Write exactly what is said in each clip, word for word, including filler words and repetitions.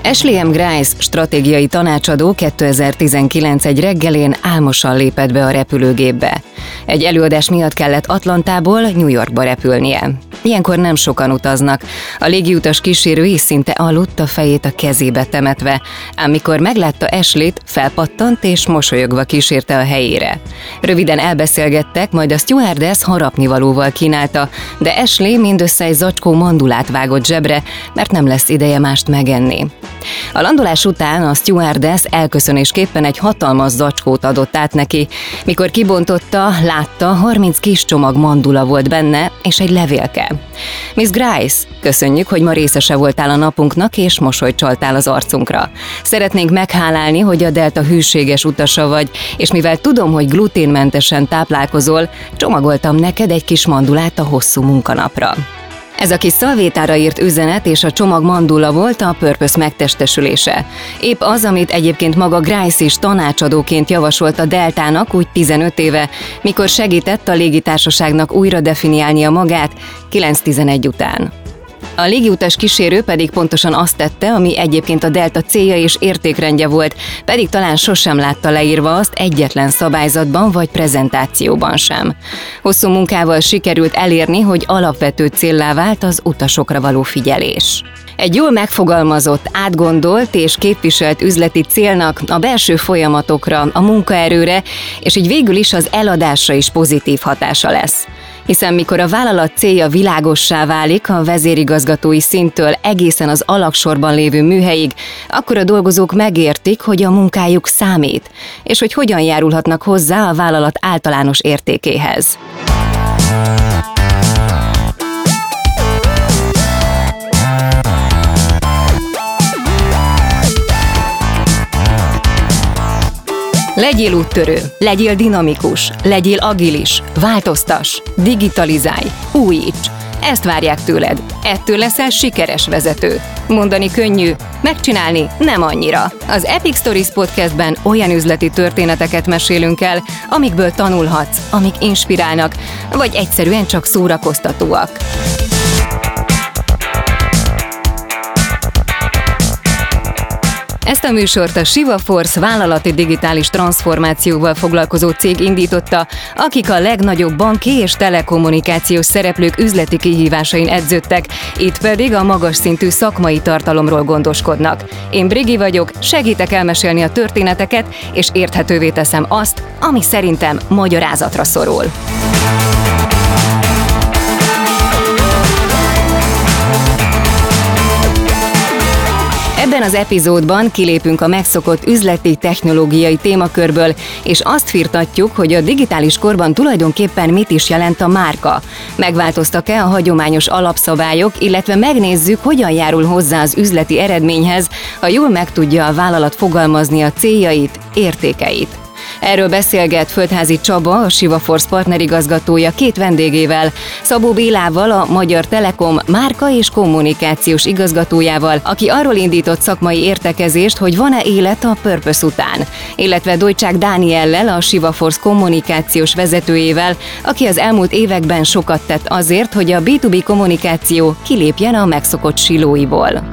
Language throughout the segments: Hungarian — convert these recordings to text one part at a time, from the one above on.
Ashley M. Grice stratégiai tanácsadó kétezer-tizenkilenc egy reggelén álmosan lépett be a repülőgépbe. Egy előadás miatt kellett Atlantából New Yorkba repülnie. Ilyenkor nem sokan utaznak. A légiutas kísérő is szinte aludt, a fejét a kezébe temetve, ám mikor meglátta Ashleyt, felpattant és mosolyogva kísérte a helyére. Röviden elbeszélgettek, majd a stewardess harapnivalóval kínálta, de Ashley mindössze egy zacskó mandulát vágott zsebre, mert nem lesz ideje mást megenni. A landolás után a stewardess elköszönésképpen egy hatalmas zacskót adott át neki. Mikor kibontotta, látta, harminc kis csomag mandula volt benne, és egy levélke. Miss Grice, köszönjük, hogy ma részese voltál a napunknak, és mosolyt csaltál az arcunkra. Szeretnénk meghálálni, hogy a Delta hűséges utasa vagy, és mivel tudom, hogy gluténmentesen táplálkozol, csomagoltam neked egy kis mandulát a hosszú munkanapra. Ez a kis szalvétára írt üzenet és a csomag mandula volt a Purpose megtestesülése. Épp az, amit egyébként maga Grice is tanácsadóként javasolt a Deltának úgy tizenöt éve, mikor segített a légitársaságnak újra definiálnia magát kilenc tizenegy után. A légiutas kísérő pedig pontosan azt tette, ami egyébként a Delta célja és értékrendje volt, pedig talán sosem látta leírva azt egyetlen szabályzatban vagy prezentációban sem. Hosszú munkával sikerült elérni, hogy alapvető céllá vált az utasokra való figyelés. Egy jól megfogalmazott, átgondolt és képviselt üzleti célnak a belső folyamatokra, a munkaerőre, és így végül is az eladásra is pozitív hatása lesz. Hiszen mikor a vállalat célja világossá válik a vezérigazgatói szinttől egészen az alagsorban lévő műhelyig, akkor a dolgozók megértik, hogy a munkájuk számít, és hogy hogyan járulhatnak hozzá a vállalat általános értékéhez. Legyél úttörő, legyél dinamikus, legyél agilis, változtass, digitalizálj, újíts. Ezt várják tőled. Ettől leszel sikeres vezető. Mondani könnyű, megcsinálni nem annyira. Az Epic Stories podcastben olyan üzleti történeteket mesélünk el, amikből tanulhatsz, amik inspirálnak, vagy egyszerűen csak szórakoztatóak. Ezt a műsort a Shiva Force vállalati digitális transformációval foglalkozó cég indította, akik a legnagyobb banki és telekommunikációs szereplők üzleti kihívásain edződtek, itt pedig a magas szintű szakmai tartalomról gondoskodnak. Én Brigi vagyok, segítek elmesélni a történeteket, és érthetővé teszem azt, ami szerintem magyarázatra szorul. Ebben az epizódban kilépünk a megszokott üzleti technológiai témakörből, és azt firtatjuk, hogy a digitális korban tulajdonképpen mit is jelent a márka. Megváltoztak-e a hagyományos alapszabályok, illetve megnézzük, hogyan járul hozzá az üzleti eredményhez, ha jól meg tudja a vállalat fogalmazni a céljait, értékeit. Erről beszélget Földházy Csaba, a Shiva Force partnerigazgatója két vendégével, Szabó Bélával, a Magyar Telekom márka és kommunikációs igazgatójával, aki arról indított szakmai értekezést, hogy van-e élet a Purpose után, illetve Dojcsák Dániellel, a Shiva Force kommunikációs vezetőjével, aki az elmúlt években sokat tett azért, hogy a bé kettő bé kommunikáció kilépjen a megszokott silóiból.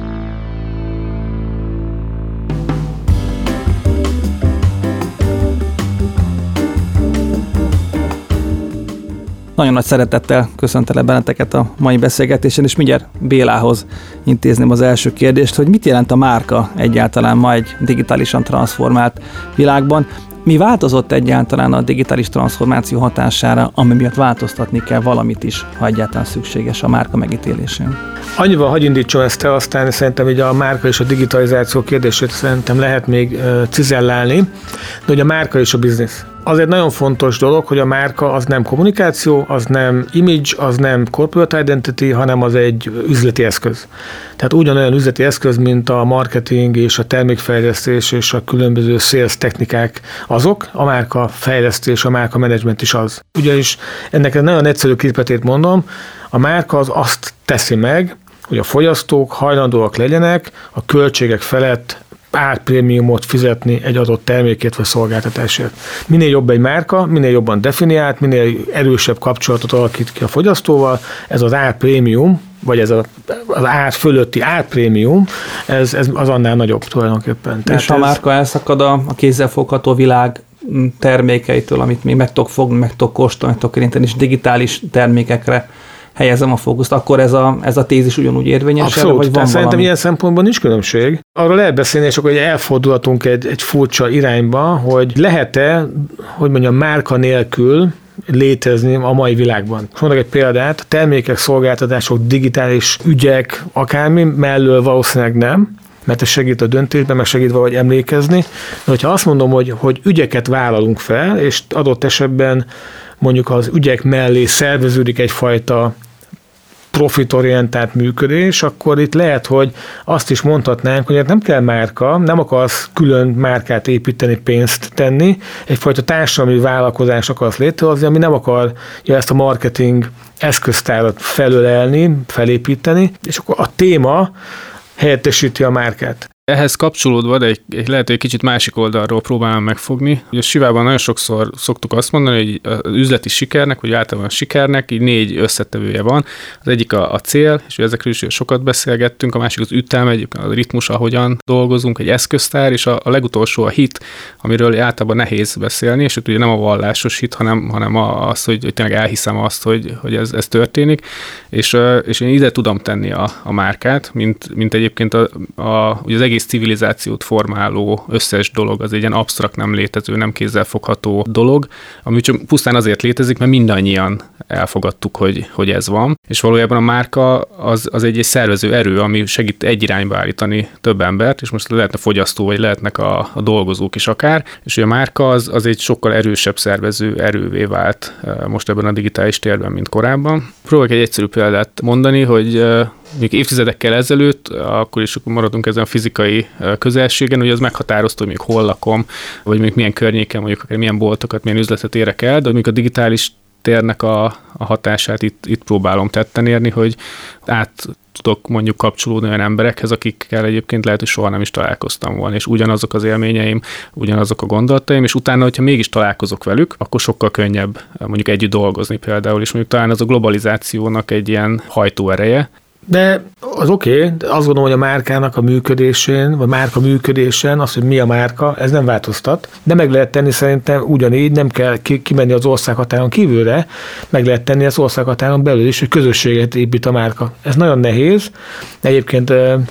Nagyon nagy szeretettel köszöntelek benneteket a mai beszélgetésen, és mindjárt Bélához intézném az első kérdést, hogy mit jelent a márka egyáltalán ma egy digitálisan transformált világban. Mi változott egyáltalán a digitális transformáció hatására, ami miatt változtatni kell valamit is, ha egyáltalán szükséges a márka megítélésén? Annyival hagy indítsam ezt el, aztán szerintem így a márka és a digitalizáció kérdését szerintem lehet még uh, cizellálni, de hogy a márka és a biznisz. Az egy nagyon fontos dolog, hogy a márka az nem kommunikáció, az nem image, az nem corporate identity, hanem az egy üzleti eszköz. Tehát ugyanolyan üzleti eszköz, mint a marketing és a termékfejlesztés és a különböző sales technikák azok, a márka fejlesztés, a márka menedzsment is az. Ugyanis ennek egy nagyon egyszerű képletét mondom, a márka az azt teszi meg, hogy a fogyasztók hajlandóak legyenek a költségek felett árprémiumot fizetni egy adott termékét vagy szolgáltatásért. Minél jobb egy márka, minél jobban definiált, minél erősebb kapcsolatot alakít ki a fogyasztóval, ez az árprémium vagy ez a, az ár fölötti árprémium, ez, ez az annál nagyobb tulajdonképpen. Tehát és ha a márka elszakad a, a kézzelfogható világ termékeitől, amit még meg tudok fogni, meg tudok kóstolni, meg tudok érinteni, és digitális termékekre helyezem a fókuszt, akkor ez a, ez a tézis ugyanúgy érvényes? Abszolút, erre, vagy van szerintem valami? Ilyen szempontból nincs különbség. Arról lehet beszélni, és akkor elfordulhatunk egy, egy furcsa irányba, hogy lehet-e, hogy mondjam, márka nélkül létezni a mai világban. Mondok egy példát, a termékek, szolgáltatások, digitális ügyek, akármi mellől valószínűleg nem, mert ez segít a döntésben, meg segít valahogy emlékezni. De hogyha azt mondom, hogy, hogy ügyeket vállalunk fel, és adott esetben mondjuk az ügyek mellé szerveződik egyfajta profitorientált működés, akkor itt lehet, hogy azt is mondhatnánk, hogy nem kell márka, nem akarsz külön márkát építeni, pénzt tenni, egyfajta társadalmi vállalkozás akarsz létrehozni, ami nem akarja ezt a marketing eszköztárat felölelni, felépíteni, és akkor a téma helyettesíti a márkát. Ehhez kapcsolódva, de egy, egy lehet, hogy egy kicsit másik oldalról próbálom megfogni. Ugye a Sivában nagyon sokszor szoktuk azt mondani, hogy az üzleti sikernek, vagy általában a sikernek így négy összetevője van. Az egyik a, a cél, és ezekről is sokat beszélgettünk, a másik az ütem, a ritmus, ahogyan dolgozunk, egy eszköztár, és a, a legutolsó a hit, amiről általában nehéz beszélni, és ugye nem a vallásos hit, hanem, hanem az, hogy, hogy tényleg elhiszem azt, hogy, hogy ez, ez történik, és, és én ide tudom tenni a, a márkát, mint, mint egyébként a, a, ugye az egész civilizációt formáló összes dolog, az egy ilyen absztrakt, nem létező, nem kézzelfogható dolog, ami csak pusztán azért létezik, mert mindannyian elfogadtuk, hogy, hogy ez van. És valójában a márka az, az egy, egy szervező erő, ami segít egy irányba állítani több embert, és most lehetne fogyasztó, vagy lehetnek a, a dolgozók is akár, és a márka az, az egy sokkal erősebb szervező erővé vált most ebben a digitális térben, mint korábban. Próbálok egy egyszerű példát mondani, hogy még évtizedekkel ezelőtt, akkor is maradunk ezen a fizikai közelségen, hogy az meghatározta, hogy még hol lakom, vagy még milyen környéken, mondjuk akár milyen boltokat, milyen üzletet érek el, de még a digitális térnek a, a hatását itt, itt próbálom tetten érni, hogy át tudok mondjuk kapcsolódni olyan emberekhez, akikkel egyébként lehet, hogy soha nem is találkoztam volna, és ugyanazok az élményeim, ugyanazok a gondolataim, és utána, hogyha mégis találkozok velük, akkor sokkal könnyebb mondjuk együtt dolgozni például, és mondjuk talán az a globalizációnak egy ilyen hajtóereje. De az oké, okay, de azt gondolom, hogy a márkának a működésén, vagy márka működésen, az, hogy mi a márka, ez nem változtat. De meg lehet tenni szerintem ugyanígy, nem kell kimenni az országhatáron kívülre, meg lehet tenni az országhatáron belül is, hogy közösséget épít a márka. Ez nagyon nehéz. Egyébként,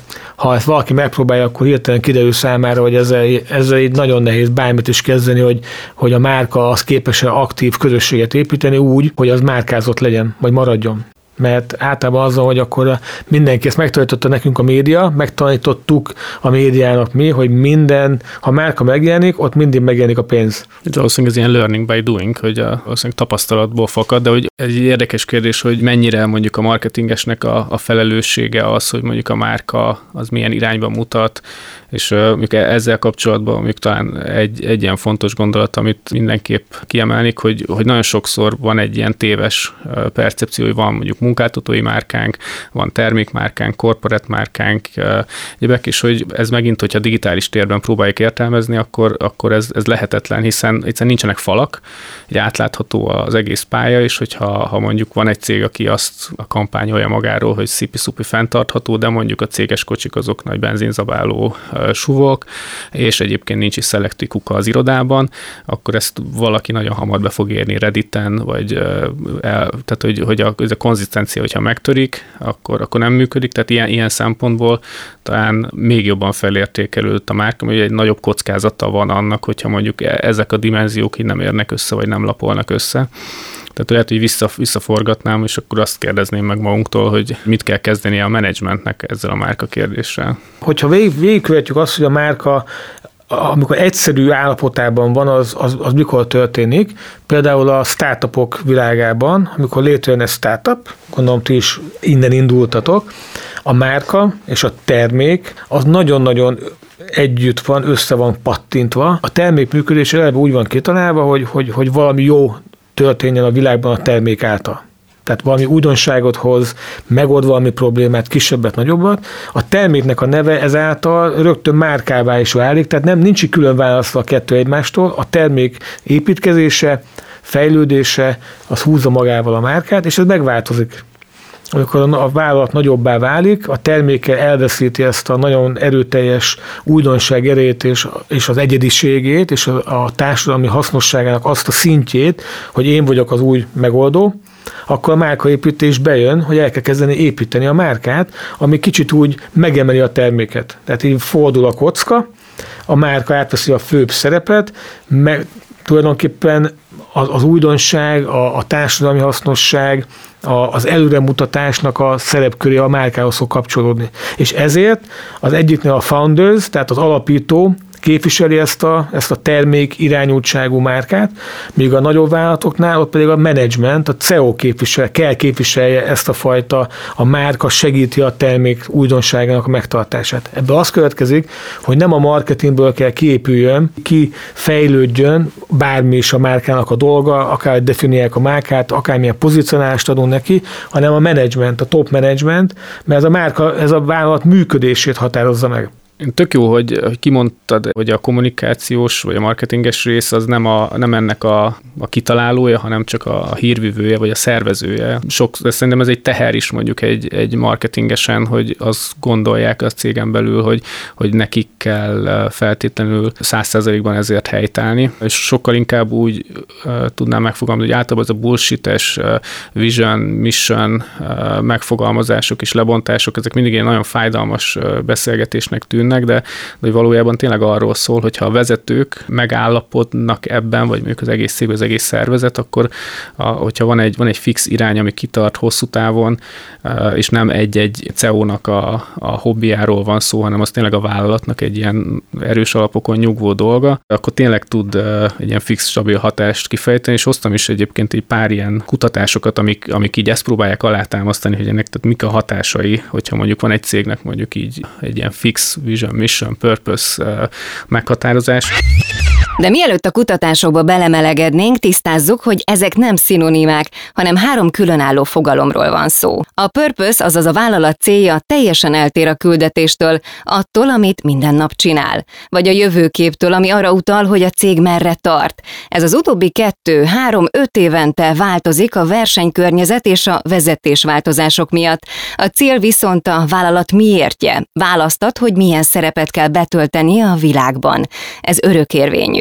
ha ezt valaki megpróbálja, akkor hirtelen kiderül számára, hogy ezzel, ezzel így nagyon nehéz bármit is kezdeni, hogy, hogy a márka az képes-e aktív közösséget építeni úgy, hogy az márkázott legyen, vagy maradjon. Mert általában azzal, hogy akkor mindenki ezt megtanította nekünk a média, megtanítottuk a médiának mi, hogy minden, ha márka megjelenik, ott mindig megjelenik a pénz. Itt valószínűleg ez ilyen learning by doing, hogy a, valószínűleg tapasztalatból fakad, de hogy egy érdekes kérdés, hogy mennyire mondjuk a marketingesnek a, a felelőssége az, hogy mondjuk a márka az milyen irányba mutat, és uh, mondjuk ezzel kapcsolatban mondjuk talán egy, egy ilyen fontos gondolat, amit mindenképp kiemelnék, hogy, hogy nagyon sokszor van egy ilyen téves uh, percepció, hogy van mondjuk munkáltatói márkánk, van termékmárkánk, korporát márkánk, uh, egyébek, és hogy ez megint, hogyha digitális térben próbáljuk értelmezni, akkor, akkor ez, ez lehetetlen, hiszen egyszerűen nincsenek falak, egy átlátható az egész pálya, és hogyha ha mondjuk van egy cég, aki azt a kampányolja magáról, hogy szipi-szupi fenntartható, de mondjuk a céges kocsik azok nagy benzinzabáló suvok, és egyébként nincs is szelektív kuka az irodában, akkor ezt valaki nagyon hamar be fog érni Redditen, vagy el, tehát hogy, hogy a, ez a konzisztencia, hogyha megtörik, akkor, akkor nem működik, tehát ilyen, ilyen szempontból talán még jobban felértékelődött a márka, hogy egy nagyobb kockázata van annak, hogyha mondjuk ezek a dimenziók így nem érnek össze, vagy nem lapolnak össze. Tehát lehet, hogy vissza, visszaforgatnám, és akkor azt kérdezném meg magunktól, hogy mit kell kezdeni a menedzsmentnek ezzel a márka kérdéssel. Hogyha végig, végigkövetjük azt, hogy a márka, amikor egyszerű állapotában van, az, az, az mikor történik. Például a startupok világában, amikor létrejön egy startup, gondolom ti is innen indultatok, a márka és a termék az nagyon-nagyon együtt van, össze van pattintva. A termék működése eleve úgy van kitalálva, hogy, hogy, hogy valami jó történjen a világban a termék által. Tehát valami újdonságot hoz, megold valami problémát, kisebbet, nagyobbat. A terméknek a neve ezáltal rögtön márkává is válik, tehát nem nincs külön választva a kettő egymástól. A termék építkezése, fejlődése, az húzza magával a márkát, és ez megváltozik. amikor a vállalat nagyobbá válik, a terméke elveszíti ezt a nagyon erőteljes újdonság erejét és, és az egyediségét, és a, a társadalmi hasznosságának azt a szintjét, hogy én vagyok az új megoldó, akkor a márkaépítés bejön, hogy el kell kezdeni építeni a márkát, ami kicsit úgy megemeli a terméket. Tehát így fordul a kocka, a márka átveszi a főbb szerepet, meg tulajdonképpen az, az újdonság, a, a társadalmi hasznosság, a, az előremutatásnak a szerepköré a márkához fog kapcsolódni. És ezért az egyiknél a founders, tehát az alapító képviseli ezt a, ezt a termék irányultságú márkát, míg a nagyobb vállalatoknál ott pedig a menedzsment, a cé e o képvisel, kell képviselje ezt a fajta, a márka segíti a termék újdonságának a megtartását. Ebből az következik, hogy nem a marketingből kell kiépüljön, kifejlődjön bármi is a márkának a dolga, akár definiálják a márkát, akármilyen pozicionálást adunk neki, hanem a menedzsment, a top menedzsment, mert ez a márka, ez a vállalat működését határozza meg. Tök jó, hogy, hogy kimondtad, hogy a kommunikációs vagy a marketinges rész az nem, a, nem ennek a, a kitalálója, hanem csak a, a hírvivője vagy a szervezője. Sok, szerintem ez egy teher is mondjuk egy, egy marketingesen, hogy azt gondolják a cégen belül, hogy, hogy nekik kell feltétlenül száz százalékban ezért helytállni, és sokkal inkább úgy uh, tudnám megfogalmazni, hogy általában ez a bullshit-es uh, vision, mission uh, megfogalmazások és lebontások, ezek mindig ilyen nagyon fájdalmas uh, beszélgetésnek tűnnek, De, de hogy valójában tényleg arról szól, hogyha a vezetők megállapodnak ebben, vagy mondjuk az egész cég, az egész szervezet, akkor a, hogyha van egy, van egy fix irány, ami kitart hosszú távon, és nem egy-egy cé e o-nak a, a hobbiáról van szó, hanem az tényleg a vállalatnak egy ilyen erős alapokon nyugvó dolga, akkor tényleg tud egy ilyen fix, stabil hatást kifejteni, és hoztam is egyébként egy pár ilyen kutatásokat, amik, amik így ezt próbálják alátámasztani, hogy ennek tehát mik a hatásai, hogyha mondjuk van egy cégnek mondjuk így egy ilyen fix vision, mission, purpose uh, meghatározás. De mielőtt a kutatásokba belemelegednénk, tisztázzuk, hogy ezek nem szinonimák, hanem három különálló fogalomról van szó. A purpose, azaz a vállalat célja teljesen eltér a küldetéstől, attól, amit minden nap csinál, vagy a jövőképtől, ami arra utal, hogy a cég merre tart. Ez az utóbbi kettő, három, öt évente változik a versenykörnyezet és a vezetésváltozások miatt. A cél viszont a vállalat miértje. Választad, hogy milyen szerepet kell betölteni a világban. Ez örökérvényű.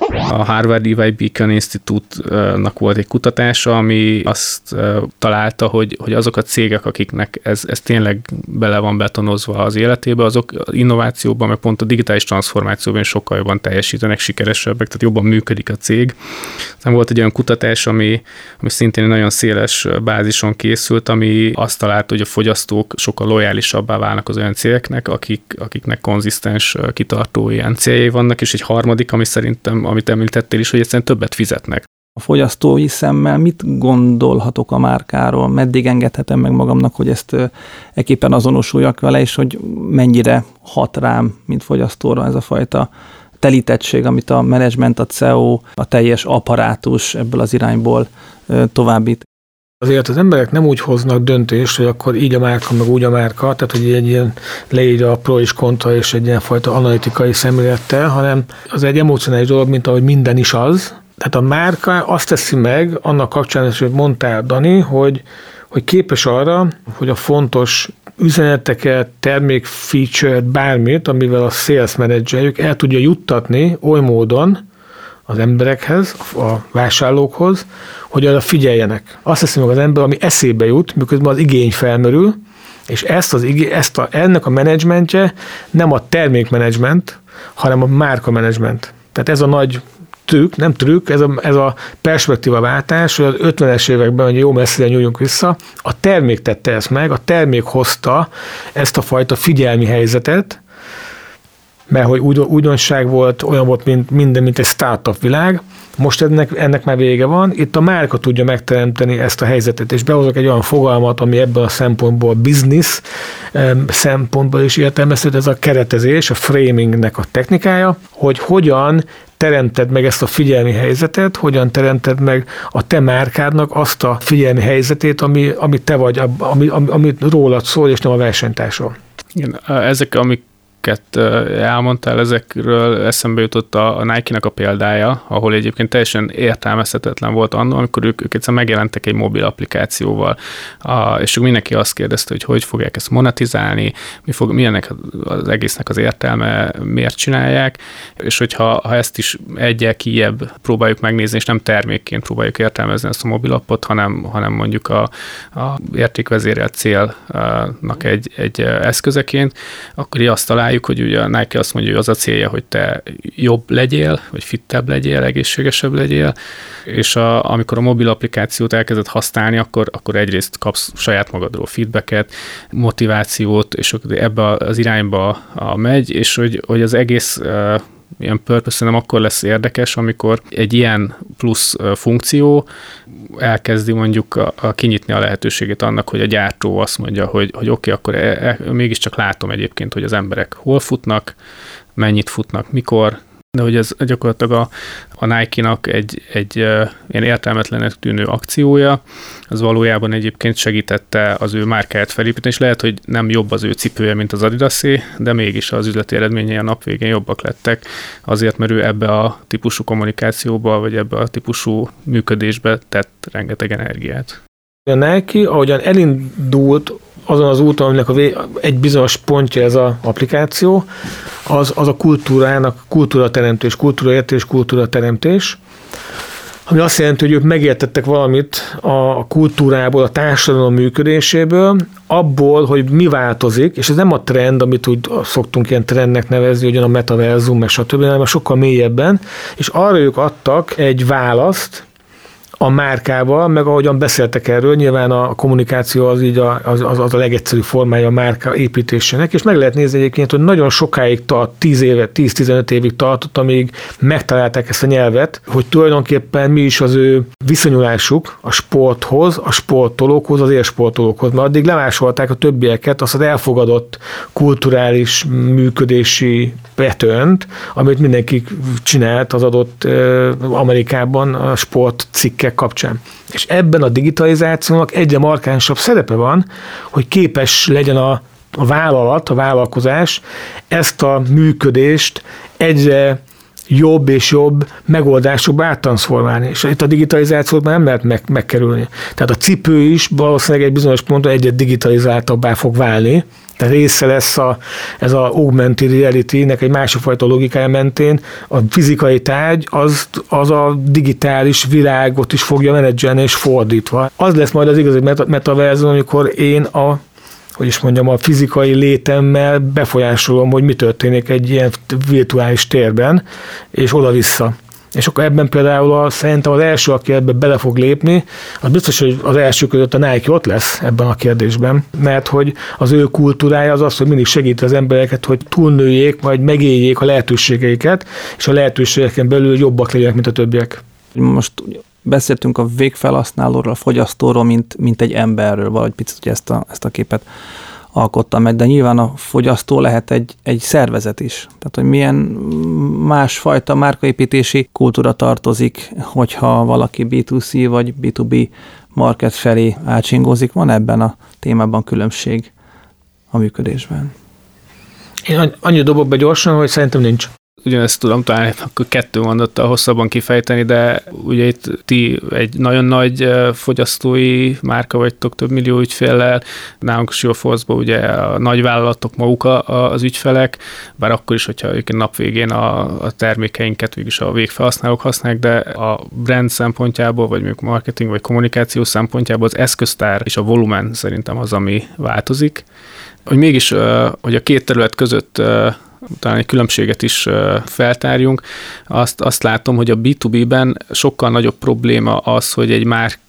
A Harvard E Y Beacon Institute-nak volt egy kutatása, ami azt találta, hogy, hogy azok a cégek, akiknek ez, ez tényleg bele van betonozva az életébe, azok innovációban, meg pont a digitális transformációban sokkal jobban teljesítenek, sikeresebbek, tehát jobban működik a cég. Aztán volt egy olyan kutatás, ami, ami szintén nagyon széles bázison készült, ami azt találta, hogy a fogyasztók sokkal lojálisabbá válnak az olyan cégeknek, akik, akiknek konzisztens, kitartó ilyen céljai vannak, és egy harmadik, ami szerintem, amit említettél is, hogy egyszerűen többet fizetnek. A fogyasztói szemmel mit gondolhatok a márkáról? Meddig engedhetem meg magamnak, hogy ezt ekképpen azonosuljak vele, és hogy mennyire hat rám, mint fogyasztóra ez a fajta telítettség, amit a menedzsment, a cé e o, a teljes apparátus ebből az irányból továbbít. Azért az emberek nem úgy hoznak döntést, hogy akkor így a márka, meg úgy a márka, tehát hogy egy ilyen leírja a pro és kontra és egy ilyen fajta analitikai szemlélettel, hanem az egy emocionális dolog, mint ahogy minden is az. Tehát a márka azt teszi meg, annak kapcsán, hogy mondtál, Dani, hogy, hogy képes arra, hogy a fontos üzeneteket, termék feature-t, bármit, amivel a sales menedzserjük el tudja juttatni oly módon az emberekhez, a vásárlókhoz, hogy arra figyeljenek. Azt teszi meg az ember, ami eszébe jut, miközben az igény felmerül, és ezt az igény, ezt a, ennek a menedzsmentje nem a termékmenedzsment, hanem a márkamenedzsment. Tehát ez a nagy trükk, nem trükk, ez a, ez a perspektívaváltás, hogy az ötvenes években, hogy jó messzire nyúljunk vissza, a termék tette ezt meg, a termék hozta ezt a fajta figyelmi helyzetet, mert hogy újdonság volt, olyan volt, mint minden, mint egy startup világ. Most ennek, ennek már vége van. Itt a márka tudja megteremteni ezt a helyzetet, és behozok egy olyan fogalmat, ami ebben a szempontból business szempontból is értelmezhető, ez a keretezés, a framingnek a technikája, hogy hogyan teremted meg ezt a figyelmi helyzetet, hogyan teremted meg a te márkádnak azt a figyelmi helyzetét, ami, ami te vagy, ami, ami, ami rólad szól, és nem a versenytársról. Igen, ezek, amik amiket elmondtál, ezekről eszembe jutott a, a Nike-nak a példája, ahol egyébként teljesen értelmezhetetlen volt annól, amikor ők, ők egyszer megjelentek egy mobil applikációval, a, és mindenki azt kérdezte, hogy hogy fogják ezt monetizálni, mi fog, mi ennek az egésznek az értelme, miért csinálják, és hogyha ha ezt is egyel kijebb próbáljuk megnézni, és nem termékként próbáljuk értelmezni ezt a mobilappot, hanem, hanem mondjuk a, a értékvezérelt célnak egy, egy eszközeként, akkor így azt találjuk, hogy ugye a Nike azt mondja, hogy az a célja, hogy te jobb legyél, vagy fittebb legyél, egészségesebb legyél, és a, amikor a mobil applikációt elkezded használni, akkor, akkor egyrészt kapsz saját magadról feedbacket, motivációt, és ebbe az irányba a megy, és hogy, hogy az egész uh, ilyen purpose nem akkor lesz érdekes, amikor egy ilyen plusz funkció elkezdi mondjuk a, a kinyitni a lehetőségét annak, hogy a gyártó azt mondja, hogy, hogy oké, okay, akkor e, e, mégiscsak látom egyébként, hogy az emberek hol futnak, mennyit futnak, mikor, de hogy ez gyakorlatilag a, a Nike-nak egy, egy uh, ilyen értelmetlenek tűnő akciója, az valójában egyébként segítette az ő márkáját felépíteni, és lehet, hogy nem jobb az ő cipője, mint az Adidasé, de mégis az üzleti eredményei a nap végén jobbak lettek, azért, mert ő ebbe a típusú kommunikációba, vagy ebbe a típusú működésbe tett rengeteg energiát. A Nike, ahogyan elindult azon az úton, aminek a vé- egy bizonyos pontja ez az applikáció, az, az a kultúrának, kultúrateremtés, kultúraértés, kultúrateremtés, ami azt jelenti, hogy ők megértettek valamit a kultúrából, a társadalom működéséből, abból, hogy mi változik, és ez nem a trend, amit úgy szoktunk ilyen trendnek nevezni, ugyan a metaverzum, meg stb., hanem sokkal mélyebben, és arra ők adtak egy választ, a márkával, meg ahogyan beszéltek erről, nyilván a kommunikáció az így a, az, az a legegyszerűbb formája a márka építésének, és meg lehet nézni egyébként, hogy nagyon sokáig tart, tíz évet, tíz-tizenöt évig tartott, amíg megtalálták ezt a nyelvet, hogy tulajdonképpen mi is az ő viszonyulásuk a sporthoz, a sportolókhoz, az élsportolókhoz, mert addig lemásolták a többieket, azt az elfogadott kulturális működési pattern-t, amit mindenki csinált az adott uh, Amerikában a sportcikkek kapcsán. És ebben a digitalizációnak egyre markánsabb szerepe van, hogy képes legyen a, a vállalat, a vállalkozás ezt a működést egyre jobb és jobb megoldásokba áttranszformálni. És itt a digitalizációt már nem lehet meg, megkerülni. Tehát a cipő is valószínűleg egy bizonyos ponton egyre digitalizáltabbá fog válni, tehát része lesz a, ez a augmented reality-nek egy másfajta logikája mentén, a fizikai tárgy az, az a digitális világot is fogja menedzselni és fordítva. Az lesz majd az igazi metaverzum, amikor én a hogy is mondjam, a fizikai létemmel befolyásolom, hogy mi történik egy ilyen virtuális térben, és oda-vissza. És akkor ebben például a, szerintem az első, aki ebben bele fog lépni, az biztos, hogy az első között a Nike ott lesz ebben a kérdésben, mert hogy az ő kultúrája az az, hogy mindig segíti az embereket, hogy túlnőjék, vagy megéljék a lehetőségeiket, és a lehetőségeken belül jobbak legyenek, mint a többiek. Most beszéltünk a végfelhasználóról, a fogyasztóról, mint, mint egy emberről, valahogy picit hogy ezt a, ezt a képet alkottam meg, de nyilván a fogyasztó lehet egy, egy szervezet is. Tehát, hogy milyen másfajta márkaépítési kultúra tartozik, hogyha valaki bé kettő cé vagy bé kettő bé market felé átsingózik. Van ebben a témában különbség a működésben? Én annyit dobok be gyorsan, hogy szerintem nincs. Ugyanezt tudom talán akkor kettő mondattal hosszabban kifejteni, de ugye itt ti egy nagyon nagy fogyasztói márka vagytok, több millió ügyféllel, nálunk a Shield-Force-ban ugye a nagyvállalatok maguk az ügyfelek, bár akkor is, hogyha ők nap végén a, a termékeinket végülis a végfelhasználók használják, de a brand szempontjából, vagy mondjuk marketing, vagy kommunikáció szempontjából az eszköztár és a volumen szerintem az, ami változik. Hogy mégis, hogy a két terület között talán egy különbséget is feltárjunk, azt, azt látom, hogy a bé kettő bé-ben sokkal nagyobb probléma az, hogy egy márkát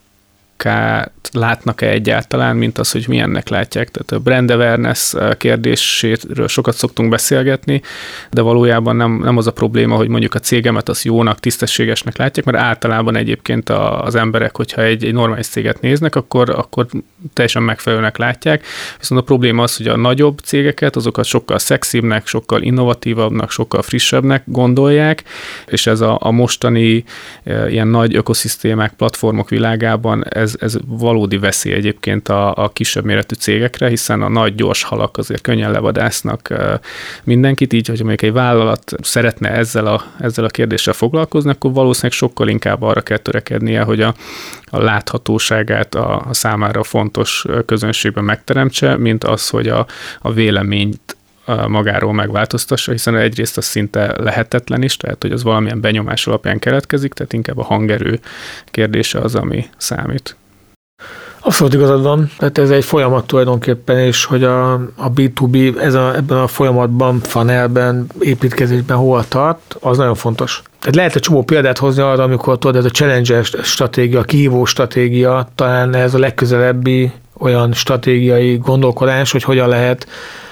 látnak-e egyáltalán, mint az, hogy milyennek látják. Tehát a brand awareness kérdéséről sokat szoktunk beszélgetni, de valójában nem, nem az a probléma, hogy mondjuk a cégemet az jónak, tisztességesnek látják, mert általában egyébként az emberek, hogyha egy, egy normális céget néznek, akkor, akkor teljesen megfelelőnek látják. Viszont a probléma az, hogy a nagyobb cégeket, azokat sokkal szexibbnek, sokkal innovatívabbnak, sokkal frissebbnek gondolják, és ez a, a mostani e, ilyen nagy ökoszisztémák, platformok világában ez ez, ez valódi veszély egyébként a, a kisebb méretű cégekre, hiszen a nagy gyors halak azért könnyen levadásznak mindenkit, így, hogy mondjuk egy vállalat szeretne ezzel a, ezzel a kérdéssel foglalkozni, akkor valószínűleg sokkal inkább arra kell törekednie, hogy a, a láthatóságát a, a számára fontos közönségben megteremtse, mint az, hogy a, a véleményt magáról megváltoztassa, hiszen egyrészt az szinte lehetetlen is, tehát hogy az valamilyen benyomás alapján keletkezik, tehát inkább a hangerő kérdése az, ami számít. Abszolút igazad van, tehát ez egy folyamat tulajdonképpen, és hogy a, a bé kettő bé ez a, ebben a folyamatban, funnelben, építkezésben hol tart, az nagyon fontos. Tehát lehet egy csomó példát hozni arra, amikor tudod, ez a challenger stratégia, a kihívó stratégia, talán ez a legközelebbi olyan stratégiai gondolkodás, hogy hogyan lehet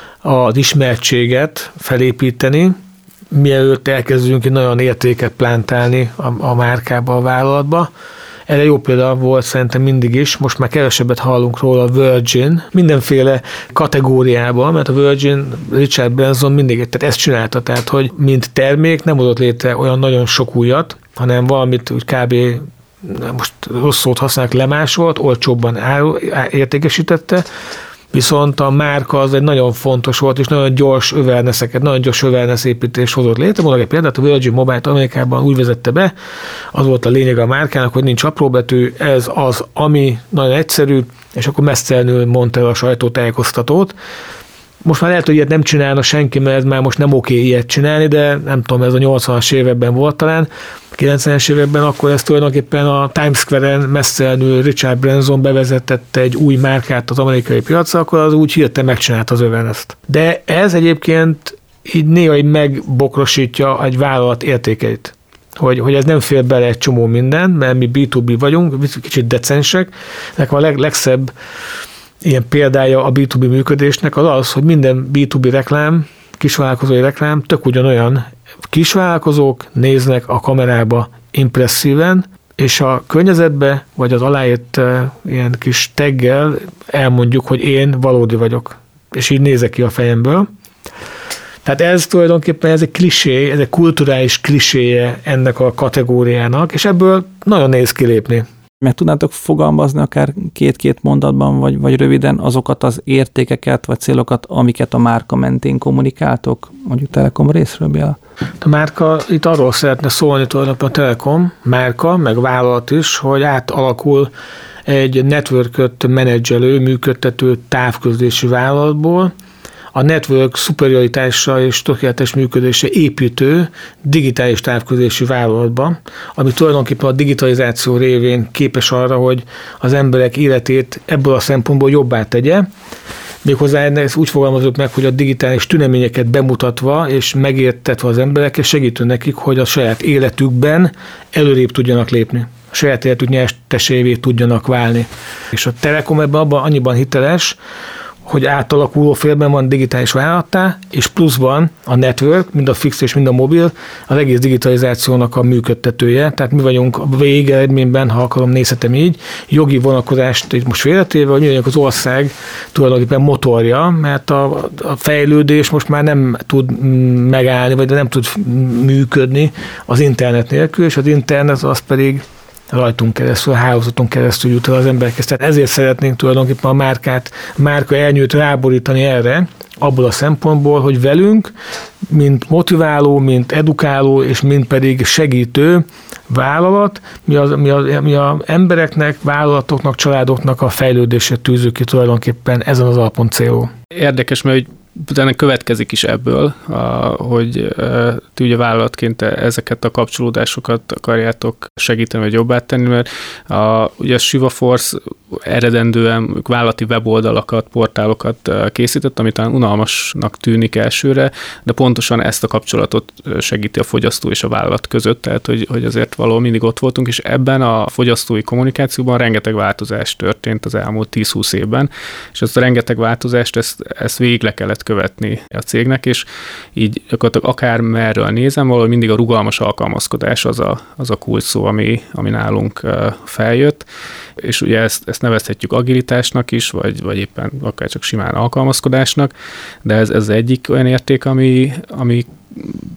az ismertséget felépíteni, mielőtt elkezdünk egy nagyon értéket plántálni a, a márkába, a vállalatba. Erre jó példa volt szerintem mindig is, most már kevesebbet hallunk róla, a Virgin, mindenféle kategóriában, mert a Virgin, Richard Branson mindig, tehát ezt csinálta, tehát hogy mint termék nem hozott létre olyan nagyon sok újat, hanem valamit úgy kb. Most rossz szót használnak, lemásolt, olcsóbban áru, értékesítette, viszont a márka az egy nagyon fontos volt, és nagyon gyors awareness-eket, nagyon gyors awareness építést hozott létre. Mondok egy példát, a Virgin Mobile-t Amerikában úgy vezette be, az volt a lényeg a márkának, hogy nincs apróbetű, ez az, ami nagyon egyszerű, és akkor messzelenül mondta el a sajtótájékoztatót. Most már lehet, hogy ilyet nem csinálna senki, mert ez már most nem oké ilyet csinálni, de nem tudom, ez a nyolcvanas években volt talán, kilencvenes években, akkor ez tulajdonképpen a Times Square-en messzelenül Richard Branson bevezetette egy új márkát az amerikai piacra, akkor az úgy hirtelen megcsinálta az awareness-t. De ez egyébként így néha így megbokrosítja egy vállalat értékeit. Hogy, hogy ez nem fér bele egy csomó minden, mert mi bé kettő bé vagyunk, kicsit decensek. Nekem a leg, legszebb ilyen példája a bé kettő bé működésnek az az, hogy minden bé kettő bé reklám, kisvállalkozói reklám tök ugyanolyan. Kisvállalkozók néznek a kamerába impresszíven, és a környezetbe, vagy az aláírt uh, ilyen kis taggel elmondjuk, hogy én valódi vagyok. És így nézek ki a fejemből. Tehát ez tulajdonképpen ez egy klisé, ez egy kulturális kliséje ennek a kategóriának, és ebből nagyon nehéz kilépni. Meg tudnátok fogalmazni akár két-két mondatban, vagy, vagy röviden azokat az értékeket, vagy célokat, amiket a márka mentén kommunikáltok, mondjuk Telekom részről, Béla? A márka itt arról szeretne szólni tulajdonképpen a Telekom márka, meg vállalat is, hogy átalakul egy networköt menedzselő, működtető távközlési vállalatból, a network szuperioritása és tökéletes működése építő digitális távközlési vállalatban, ami tulajdonképpen a digitalizáció révén képes arra, hogy az emberek életét ebből a szempontból jobbá tegye. Méghozzá ezt úgy fogalmazott meg, hogy a digitális tüneményeket bemutatva és megértetve az emberekkel segítő nekik, hogy a saját életükben előrébb tudjanak lépni. A saját életük nyertesévé tudjanak válni. És a Telekom ebben abban annyiban hiteles, hogy átalakuló félben van digitális vállalattá, és pluszban a network, mind a fix és mind a mobil, az egész digitalizációnak a működtetője. Tehát mi vagyunk a végeredményben, ha akarom, nézhetem így, jogi vonakodást itt most félretéve, hogy mi vagyunk az ország tulajdonképpen motorja, mert a, a fejlődés most már nem tud megállni, vagy nem tud működni az internet nélkül, és az internet az pedig rajtunk keresztül, a hálózaton keresztül jut el az emberekhez. Tehát ezért szeretnénk tulajdonképpen a márkát, márka elnyőt ráborítani erre, abból a szempontból, hogy velünk, mint motiváló, mint edukáló, és mint pedig segítő vállalat, mi az, mi az, mi az embereknek, vállalatoknak, családoknak a fejlődését tűzünk ki tulajdonképpen ezen az alapon célul. Érdekes, mert utána következik is ebből, a, hogy e, ti ugye vállalatként ezeket a kapcsolódásokat akarjátok segíteni, vagy jobbá tenni, mert a, ugye a Shiva Force eredendően vállalati weboldalakat, portálokat készített, amit talán unalmasnak tűnik elsőre, de pontosan ezt a kapcsolatot segíti a fogyasztó és a vállalat között, tehát hogy, hogy azért valahol mindig ott voltunk, és ebben a fogyasztói kommunikációban rengeteg változás történt az elmúlt tíz-húsz évben, és ezt a rengeteg változást, ezt, ezt végig le kellett követni a cégnek, és így gyakorlatilag akár merről nézem, valahogy mindig a rugalmas alkalmazkodás az a, az a kulcs szó, ami, ami nálunk feljött, és ugye ezt, ezt nevezhetjük agilitásnak is, vagy, vagy éppen akár csak simán alkalmazkodásnak, de ez, ez egyik olyan érték, ami, ami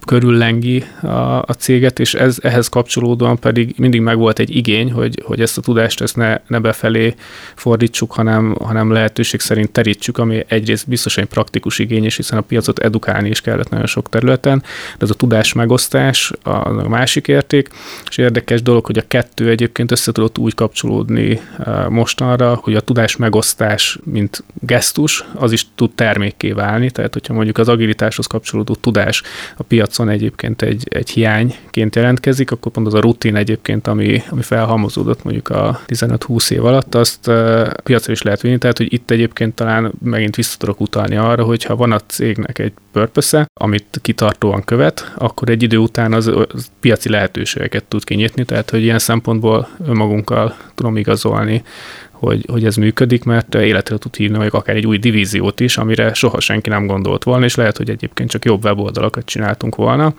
körüllengi a, a céget, és ez, ehhez kapcsolódóan pedig mindig megvolt egy igény, hogy, hogy ezt a tudást ezt ne, ne befelé fordítsuk, hanem, hanem lehetőség szerint terítsük, ami egyrészt biztosan egy praktikus igény, és hiszen a piacot edukálni is kellett nagyon sok területen, de ez a tudás megosztás a, a másik érték, és érdekes dolog, hogy a kettő egyébként össze tudott úgy kapcsolódni mostanra, hogy a tudás megosztás, mint gesztus, az is tud termékké válni, tehát hogyha mondjuk az agilitáshoz kapcsolódó tudás a piacon egyébként egy, egy hiányként jelentkezik, akkor pont az a rutin egyébként, ami, ami felhalmozódott mondjuk a tizenöt-húsz év alatt, azt uh, piacra is lehet vinni, tehát hogy itt egyébként talán megint vissza tudok utalni arra, hogy ha van a cégnek egy purpose-e, amit kitartóan követ, akkor egy idő után az, az piaci lehetőségeket tud kinyitni, tehát hogy ilyen szempontból önmagunkkal tudom igazolni, hogy, hogy ez működik, mert életre tud hívni vagy akár egy új divíziót is, amire soha senki nem gondolt volna, és lehet, hogy egyébként csak jobb weboldalakat csináltunk volna,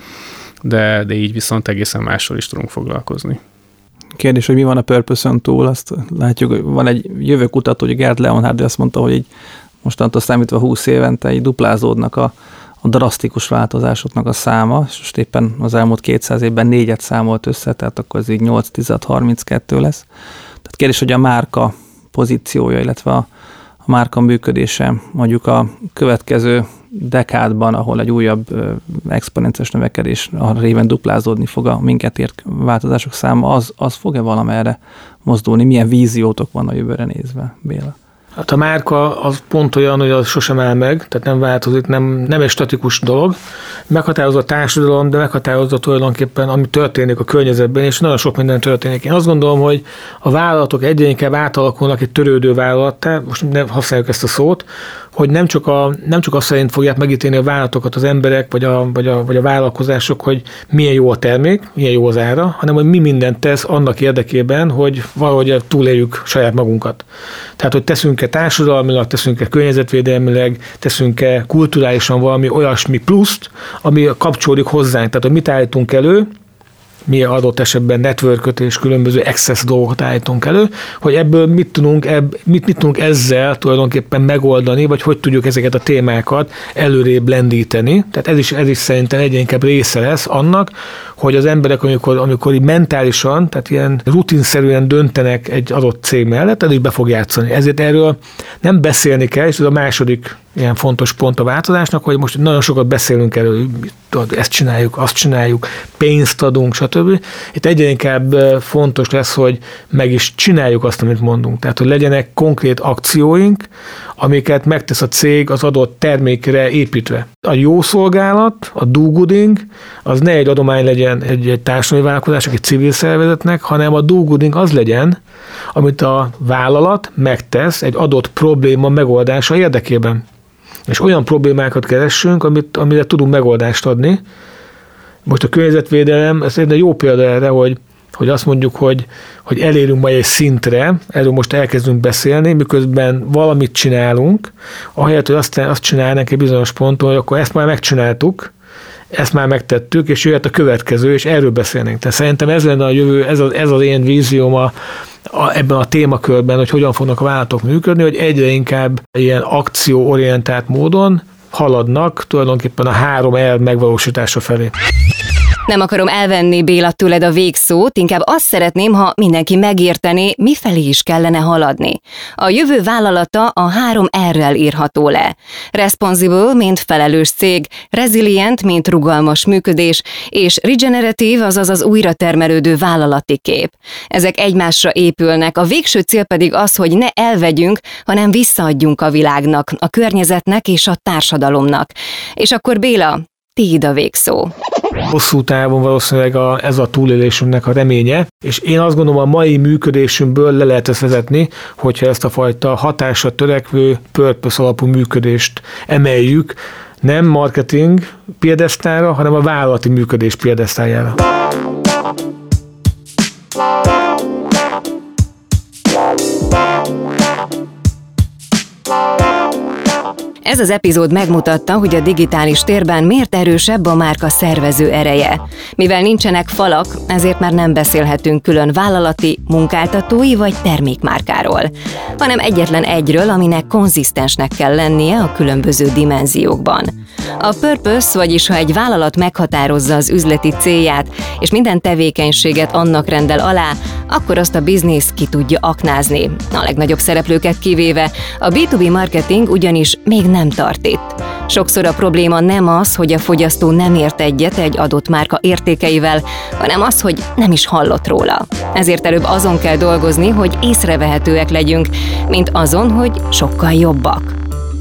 de, de így viszont egészen mással is tudunk foglalkozni. Kérdés, hogy mi van a purpose-on túl, azt látjuk, hogy van egy jövőkutató, hogy Gerd Leonhard azt mondta, hogy így mostantól számítva húsz évente így duplázódnak a, a drasztikus változásoknak a száma, és most éppen az elmúlt kétszáz évben négyet számolt össze, tehát akkor ez így nyolc, tíz, harminckettő lesz. Tehát kérdés, hogy a márka pozíciója, illetve a, a márka működése mondjuk a következő dekádban, ahol egy újabb exponenciális növekedés a réven duplázódni fog a minket ért változások száma, az, az fog-e valamerre mozdulni? Milyen víziótok van a jövőre nézve, Béla? Hát a márka az pont olyan, hogy az sosem áll meg, tehát nem változik, nem, nem egy statikus dolog. Meghatározza a társadalom, de meghatározza tulajdonképpen, ami történik a környezetben, és nagyon sok minden történik. Én azt gondolom, hogy a vállalatok egyre inkább átalakulnak egy törődő vállalattá, most nem használjuk ezt a szót, hogy nem csak, a, nem csak azt szerint fogják megítélni a vállalatokat az emberek, vagy a, vagy, a, vagy a vállalkozások, hogy milyen jó a termék, milyen jó az ára, hanem hogy mi mindent tesz annak érdekében, hogy valahogy túléljük saját magunkat. Tehát, hogy teszünk-e társadalmilag, teszünk-e környezetvédelmileg, teszünk-e kulturálisan valami olyasmi pluszt, ami kapcsolódik hozzánk. Tehát, hogy mit állítunk elő, mi adott esetben networköt és különböző access dolgokat állítunk elő, hogy ebből mit tudunk, ebb, mit, mit tudunk ezzel tulajdonképpen megoldani, vagy hogy tudjuk ezeket a témákat előrébb lendíteni. Tehát ez is, ez is szerintem egyre inkább része lesz annak, hogy az emberek, amikor, amikor így mentálisan, tehát ilyen rutinszerűen döntenek egy adott cég mellett, ez is be fog játszani. Ezért erről nem beszélni kell, és ez a második ilyen fontos pont a változásnak, hogy most nagyon sokat beszélünk erről, hogy ezt csináljuk, azt csináljuk, pénzt adunk, stb. Itt egyre inkább fontos lesz, hogy meg is csináljuk azt, amit mondunk. Tehát, hogy legyenek konkrét akcióink, amiket megtesz a cég az adott termékre építve. A jó szolgálat, a do-gooding, az ne egy adomány legyen egy, egy társadalmi vállalkozásnak, egy civil szervezetnek, hanem a do-gooding az legyen, amit a vállalat megtesz egy adott probléma megoldása érdekében. És olyan problémákat keressünk, amit, amire tudunk megoldást adni. Most a környezetvédelem, ez egy jó példa erre, hogy, hogy azt mondjuk, hogy, hogy elérünk majd egy szintre, erről most elkezdünk beszélni, miközben valamit csinálunk, ahelyett, hogy azt, azt csinálnánk egy bizonyos ponton, hogy akkor ezt már megcsináltuk, ezt már megtettük, és jöhet a következő, és erről beszélnénk. Tehát szerintem ez lenne a jövő, ez az, ez az én vízióm a, a, ebben a témakörben, hogy hogyan fognak a vállalatok működni, hogy egyre inkább ilyen akcióorientált módon haladnak tulajdonképpen a három elv megvalósítása felé. Nem akarom elvenni, Béla, tőled a végszót, inkább azt szeretném, ha mindenki megértené, mifelé is kellene haladni. A jövő vállalata a három R-rel írható le. Responsible, mint felelős cég, resilient, mint rugalmas működés, és regenerative, azaz az újra termelődő vállalati kép. Ezek egymásra épülnek, a végső cél pedig az, hogy ne elvegyünk, hanem visszaadjunk a világnak, a környezetnek és a társadalomnak. És akkor Béla, tiéd a végszó. Hosszú távon valószínűleg a, ez a túlélésünknek a reménye, és én azt gondolom, a mai működésünkből le lehet ezt vezetni, hogyha ezt a fajta hatásra törekvő purpose alapú működést emeljük, nem marketing piedesztára, hanem a vállalati működés piedesztájára. Ez az epizód megmutatta, hogy a digitális térben miért erősebb a márka szervező ereje. Mivel nincsenek falak, ezért már nem beszélhetünk külön vállalati, munkáltatói vagy termékmárkáról, hanem egyetlen egyről, aminek konzisztensnek kell lennie a különböző dimenziókban. A purpose, vagyis ha egy vállalat meghatározza az üzleti célját, és minden tevékenységet annak rendel alá, akkor azt a biznisz ki tudja aknázni. A legnagyobb szereplőket kivéve, a bé kettő bé marketing ugyanis még nem tart itt. Sokszor a probléma nem az, hogy a fogyasztó nem ért egyet egy adott márka értékeivel, hanem az, hogy nem is hallott róla. Ezért előbb azon kell dolgozni, hogy észrevehetőek legyünk, mint azon, hogy sokkal jobbak.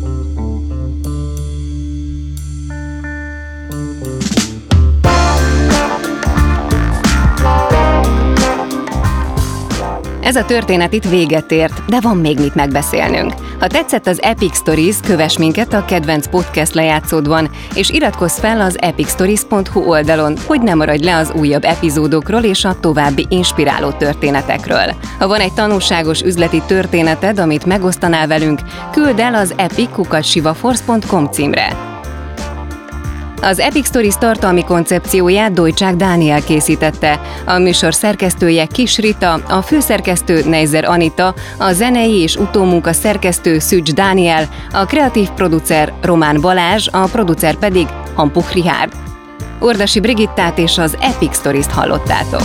Ez a történet itt véget ért, de van még mit megbeszélnünk. Ha tetszett az Epic Stories, kövess minket a kedvenc podcast lejátszódban, és iratkozz fel az epic stories pont hu oldalon, hogy ne maradj le az újabb epizódokról és a további inspiráló történetekről. Ha van egy tanulságos üzleti történeted, amit megosztanál velünk, küldd el az epic kukac sivaforce pont com címre. Az Epic Stories tartalmi koncepcióját Dojcsák Dániel készítette, a műsor szerkesztője Kis Rita, a főszerkesztő Neizer Anita, a zenei és utómunka szerkesztő Szűcs Dániel, a kreatív producer Román Balázs, a producer pedig Hampuch Richárd. Ordasi Brigittát és az Epic Stories-t hallottátok.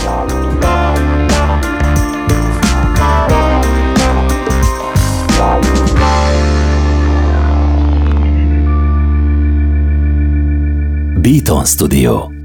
Beaton Studio.